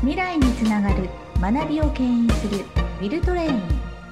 未来につながる学びを牽引するウィルトレイン。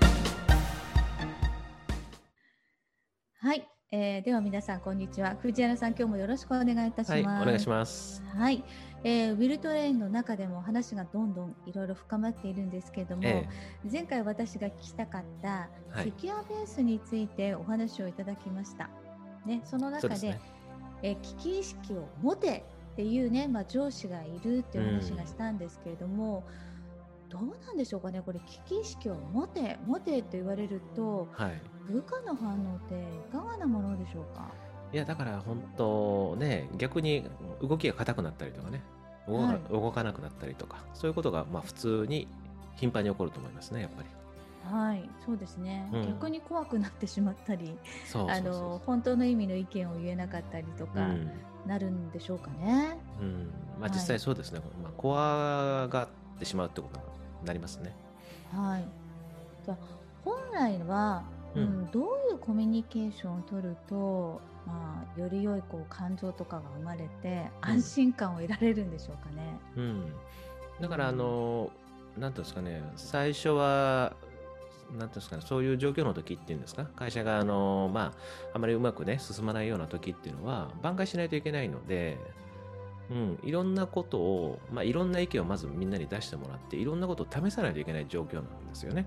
はい、では皆さんこんにちは。藤原さん、今日もよろしくお願いいたします。 はい、お願いします。 はい、ウィルトレインの中でも話がどんどんいろいろ深まっているんですけれども、前回私が聞きたかったセキュアベースについてお話をいただきました、ね、その中で、危機意識を持てっていうね、上司がいるっていう話がしたんですけれども、どうなんでしょうかね。これ危機意識を持てって言われると、部下の反応っていかがなものでしょうか。 いや、だから本当ね、逆に動きが硬くなったりとかね、動かなくなったりとか、そういうことが普通に頻繁に起こると思いますね、やっぱり。 はい、そうですね、逆に怖くなってしまったり、本当の意味の意見を言えなかったりとかなるんでしょうかね。 実際そうですね、怖がってしまうってことになりますね。 はい。じゃあ本来は、どういうコミュニケーションを取ると、より良い感情とかが生まれて安心感を得られるんでしょうかね。 だからなんていうんですかね、最初はなんていうんですかね、そういう状況の時っていうんですか、会社があまりうまくね進まないような時っていうのは挽回しないといけないので、いろんなことを、いろんな意見をまずみんなに出してもらって、いろんなことを試さないといけない状況なんですよね。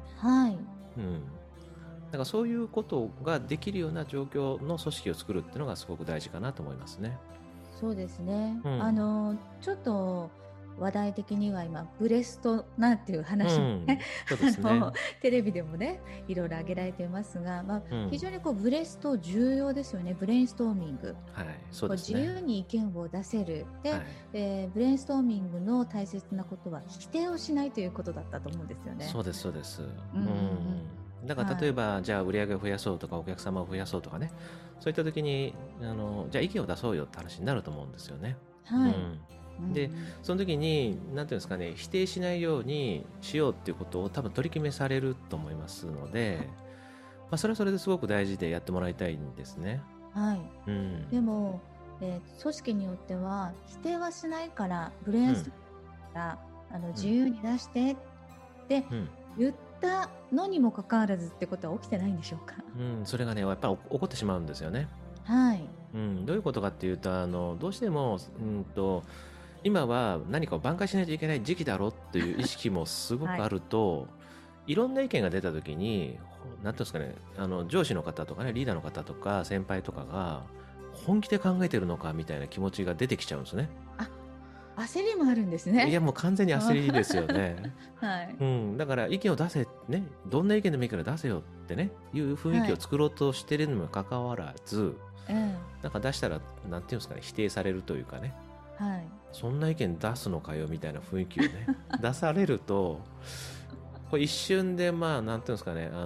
だからそういうことができるような状況の組織を作るっていうのがすごく大事かなと思いますね。 そうですね、ちょっと話題的には今ブレストなんていう話もね、テレビでもねいろいろ挙げられていますが、非常にブレスト重要ですよね。ブレインストーミング、そうですね、自由に意見を出せるで、ブレインストーミングの大切なことは否定をしないということだったと思うんですよね。 そうですそうです。だから例えば、じゃあ売り上げを増やそうとかお客様を増やそうとかね、そういった時にじゃあ意見を出そうよって話になると思うんですよね。でその時になんていうんですかね、否定しないようにしようっていうことを多分取り決めされると思いますので、それはそれですごく大事でやってもらいたいんですね。 でも、組織によっては否定はしないからブレインストーミングから自由に出してって言ったのにもかかわらずってことは起きてないんでしょうか。 それがねやっぱり起こってしまうんですよね。どういうことかっていうと、どうしても今は何かを挽回しないといけない時期だろっていう意識もすごくあると、いろんな意見が出た時に何ていうんですかね、上司の方とかね、リーダーの方とか先輩とかが本気で考えてるのかみたいな気持ちが出てきちゃうんですね。 焦りもあるんですね。 いやもう完全に焦りですよね。だから意見を出せね、どんな意見でもいいから出せよってねいう雰囲気を作ろうとしてるにもかかわらず、なんか出したらなんていうんですかね、否定されるというかね、そんな意見出すのかよみたいな雰囲気をね出されると、これ一瞬でなんていうんですかね、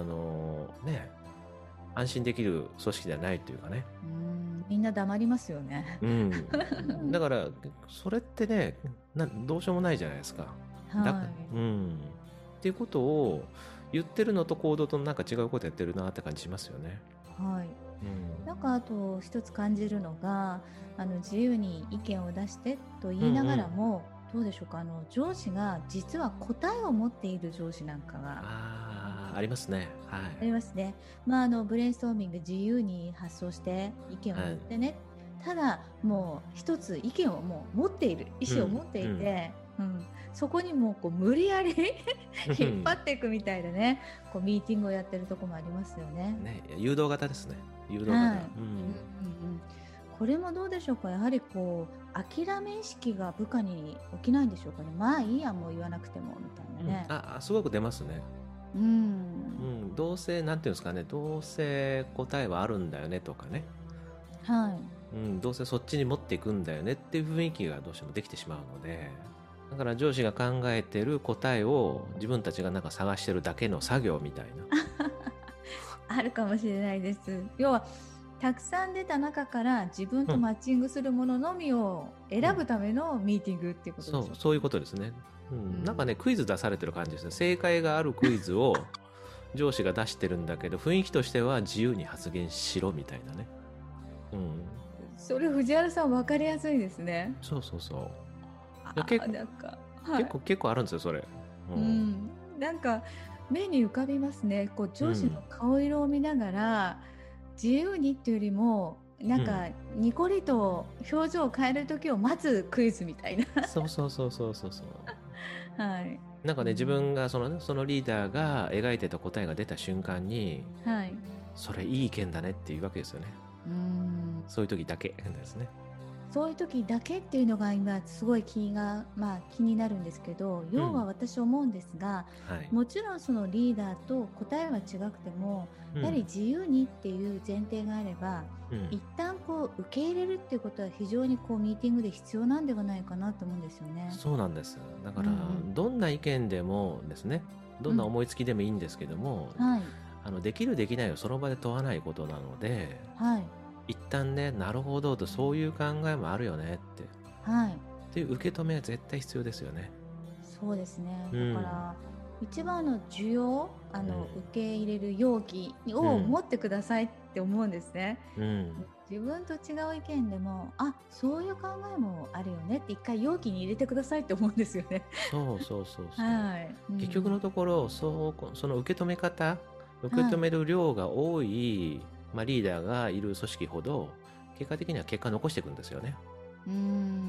安心できる組織ではないというかね、 みんな黙りますよね。 だからそれってねどうしようもないじゃないですか。っていうことを言ってるのと行動となんか違うことやってるなって感じしますよね。 なんかあと一つ感じるのが、自由に意見を出してと言いながらも、どうでしょうか、上司が実は答えを持っている上司なんかがありますね。 ありますね。ブレインストーミング自由に発想して意見を言ってね、ただもう一つ意見をもう持っている、意思を持っていて、そこにも無理やり引っ張っていくみたいなね、ミーティングをやってるところもありますよね。 誘導型ですね。誘導型。 これもどうでしょうか。やはり諦め意識が部下に起きないんでしょうかね。いいや、もう言わなくてもみたいなね。 すごく出ますね。どうせなんていうんですかね、どうせ答えはあるんだよねとかね、どうせそっちに持っていくんだよねっていう雰囲気がどうしてもできてしまうので、だから上司が考えてる答えを自分たちがなんか探してるだけの作業みたいなあるかもしれないです。要はたくさん出た中から自分とマッチングするもののみを選ぶためのミーティングっていうことですか。 そういうことですね。なんかね、クイズ出されてる感じですね。正解があるクイズを上司が出してるんだけど、雰囲気としては自由に発言しろみたいなね。 それ藤原さん分かりやすいですね。 そうなんかはい。 結構あるんですよ、それ。 うん。なんか目に浮かびますね。こううん。 上司の顔色を見ながら、自由にっていうよりも、なうん。 んかニコリと表情を変える時を待つクイズみたいな。 そうそうそうそうそうそう。 はい。 なんかね、自うん。 分がそのリーダーが描いてた答えが出た瞬間に、 はい。 それいい意見だねっていうわけですよね。 うん。 そういう時だけですね。 そういう時だけっていうのが今すごい気になるんですけど、要はうん。 私思うんですが、 はい。 もちろんそのリーダーと答えは違くても、やはりうん。 自由にっていう前提があれば、 うん。 一旦こう受け入れるっていうことは非常にこうミーティングで必要なんではないかなと思うんですよね。 そうなんです。だから、 うんうん。 どんな意見でもですね、どんなうん。 思いつきでもいいんですけども、 はい。 できるできないをその場で問わないことなので、 はい。 一旦ね、なるほどと、そういう考えもあるよねはい。 っていう受け止めは絶対必要ですよね。 そうですね。 うん。 だから一番の需要、 うん。 受け入れる容器をうん。 持ってくださいって思うんですね。 うん。 自分と違う意見でも、あ、そういう考えもあるよねって一回容器に入れてくださいって思うんですよね。 そうそうそうそう。 はい。う結局のん。 ところ、その受け止め方、受けはい。 止める量が多い、リーダーがいる組織ほど、結果的には結果残していくんですよね。 うん。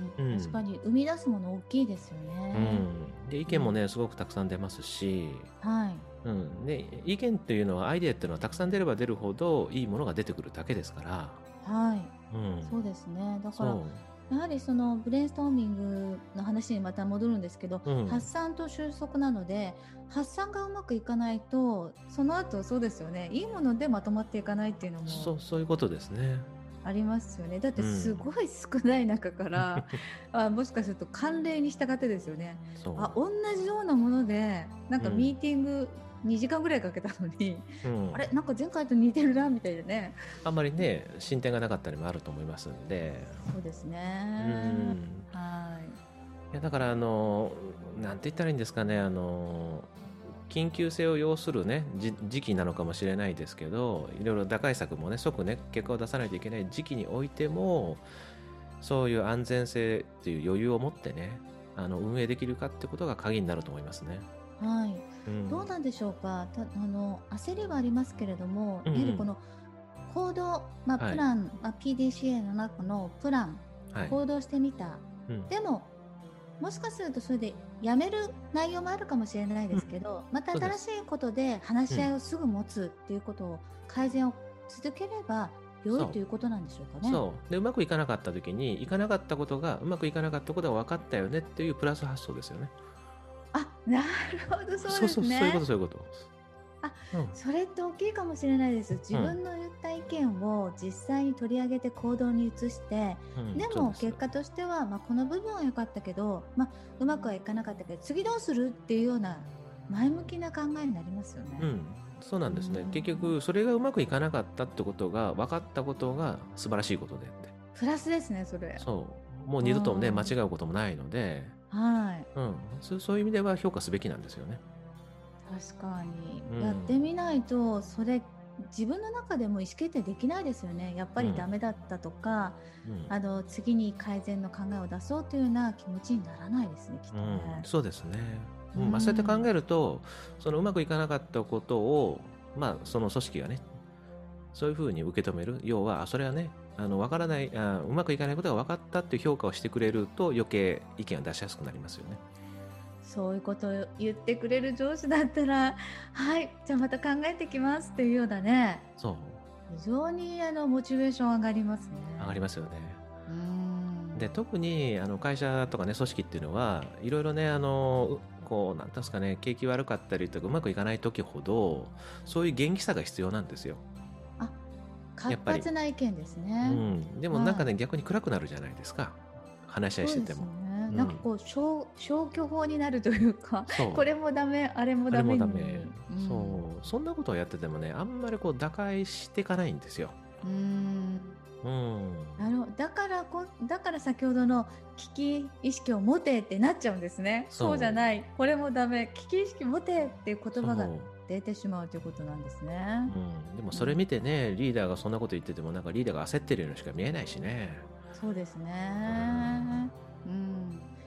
うん。 確かに生み出すもの大きいですよね。 うん。で、意うん。 見もね、すごくたくさん出ますし、 はい。 うん。で、意見っていうのは、アイデアっていうのはたくさん出れば出るほど、いいものが出てくるだけですから、 はい。 うん。 そうですね。だからそやはりそのブレインストーミングの話にまた戻るんですけど、 う。うん。 発散と収束なので、発散がうまくいかないと、その後そうですよね、いいものでまとまっていかないっていうのもそういうことですね。 ありますよね。だってすうん。 ごい少ない中から、もしかすると慣例に従ってですよね。あ、 そ同じようなもので、なんう。うかミん。 ーティング2時間ぐらいかけたのに、 うん。 あれ、なんか前回と似てるなみたいなね。 あんまりね、進展がなかったりもあると思いますんで、 そうですうね。 ん。 はい。 いや、だから、なんて言ったらいいんですかね、緊急性を要するね、時期なのかもしれないですけど、いろいろ打開策もね、即ね、結果を出さないといけない時期においても、そういう安全性っていう余裕を持ってね、運営できるかってことが鍵になると思いますね。 はい。 うん。 どうなんでしょうか。焦りはありますけれども、 うんうん。 やはりこの行動、 はい。 プラン、PDCA の中のプラン、 はい。 行動してみた。 うん。 でも、もしかするとそれでやめる内容もあるかもしれないうん。 ですけど、またそうです。 新しいことで話うん。 し合いをすぐ持つっていうことを、改善を続ければ良いそう。 ということなんでしょうかね。 そうで、うまくいかなかった時に、いかなかったことがうまくいかなかったことが分かったよねっていうプラス発想ですよね。 あ、なるほど、そうですそういうこね。 と、そういうこと。 あ、 うん。 それって大きいかもしれないです。自うん。 分の言った意見を実際に取り上げて行動に移して、 うん。 でそうです。 も結果としては、この部分は良かったけど、うまくはいかなかったけど、次どうするっていうような前向きな考えになりますよね。 うん。そうなうーんですね。結ん。 局、それがうまくいかなかったってことが分かったことが素晴らしいことでって。 プラスですね、それ。 そう。もううー二度とね、間違ん。 うこともないので、 はい。 うん。そういう意味では評価すべきなんですよね。 確かに。 うん。 やってみないと、それ、自分の中でも意思決定できないですよね。やっぱりダうん。 メだったとか、 うん。 次に改善の考えを出そうというような気持ちにならないですね、きっうん。 とね。 そうですね。 うーそうやって考ん。 えると、そのうまくいかなかったことを、その組織がね、そういうふうに受け止める。要は、それはね、わからないうまくいかないことが分かったっていう評価をしてくれると、余計意見を出しやすくなりますよね。 そういうことを言ってくれる上司だったら、はい、じゃあまた考えてきますっていうようなね、 そう。 非常にモチベーション上がります上がりね。 ますよね。 うーん。 で、特に、会社とかね、組織っていうのは、いろいろね、こう、なんていうんですかね、景気悪かったりとか、うまくいかない時ほど、そういう元気さが必要なんですよ。 あ、活やっぱり。 発な意見ですうね。 ん。でもなんかね、 はい。 逆に暗くなるじゃないですか。話し合いそうですしてても。 ね。 うん。 なんかこう、消去法になるというか、こそう。 れもダメ、あれもあれダメもダメ。 に。うん。 そう。そんなことをやっててもね、あんまりこう、打開していかないんですよ。 うーん。 うん。 だから先ほどの危機意識を持てってなっちゃうんですね。そうじゃそう。 ない、これもダメ、危機意識持てっていう言葉がそう。 出てしまうということなんですね。 うん。でもそれうん、 見てね、リーダーがそんなこと言ってても、なんかリーダーが焦ってるようにしか見えないしね。 そうですうん。 ね。うん。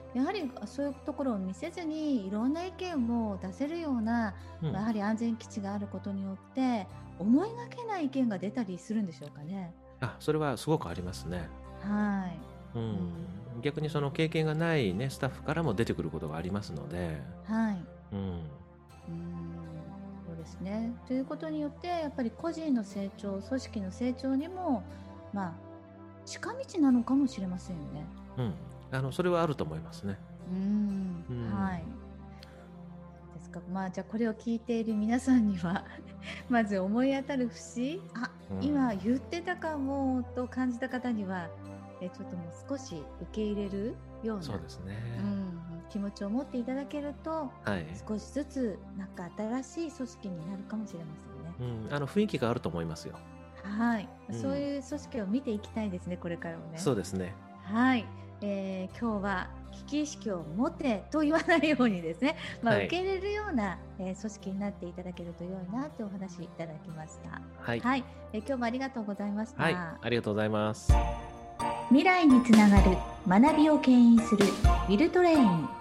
やはりそういうところを見せずにいろんな意見を出せるような、やはり安全基地があることによって思いがけない意見が出たりするんでしょうかね。 それはすごくありますね。 はい、 逆にその経験がない、ね、スタッフからも出てくることがありますので、 はい、そうですね。ということによってやっぱり個人の成長、組織の成長にも近道なのかもしれませんよね。 それはあると思いますね。 はい。ですか。じゃあこれを聞いている皆さんにはまず思い当たる節、今言ってたかもと感じた方にはちょっともう少し受け入れるような、 そうですね、 気持ちを持っていただけると、少しずつなんか新しい組織になるかもしれませんね。 雰囲気があると思いますよ。 はい、そういう組織を見ていきたいですね、これからもね。 そうですね。 はい、今日は危機意識を持てと言わないようにですね、受け入れるような、組織になっていただけると良いなというお話いただきました。はい、今日もありがとうございました。 ありがとうございます。 未来につながる学びを牽引するウィルトレイン。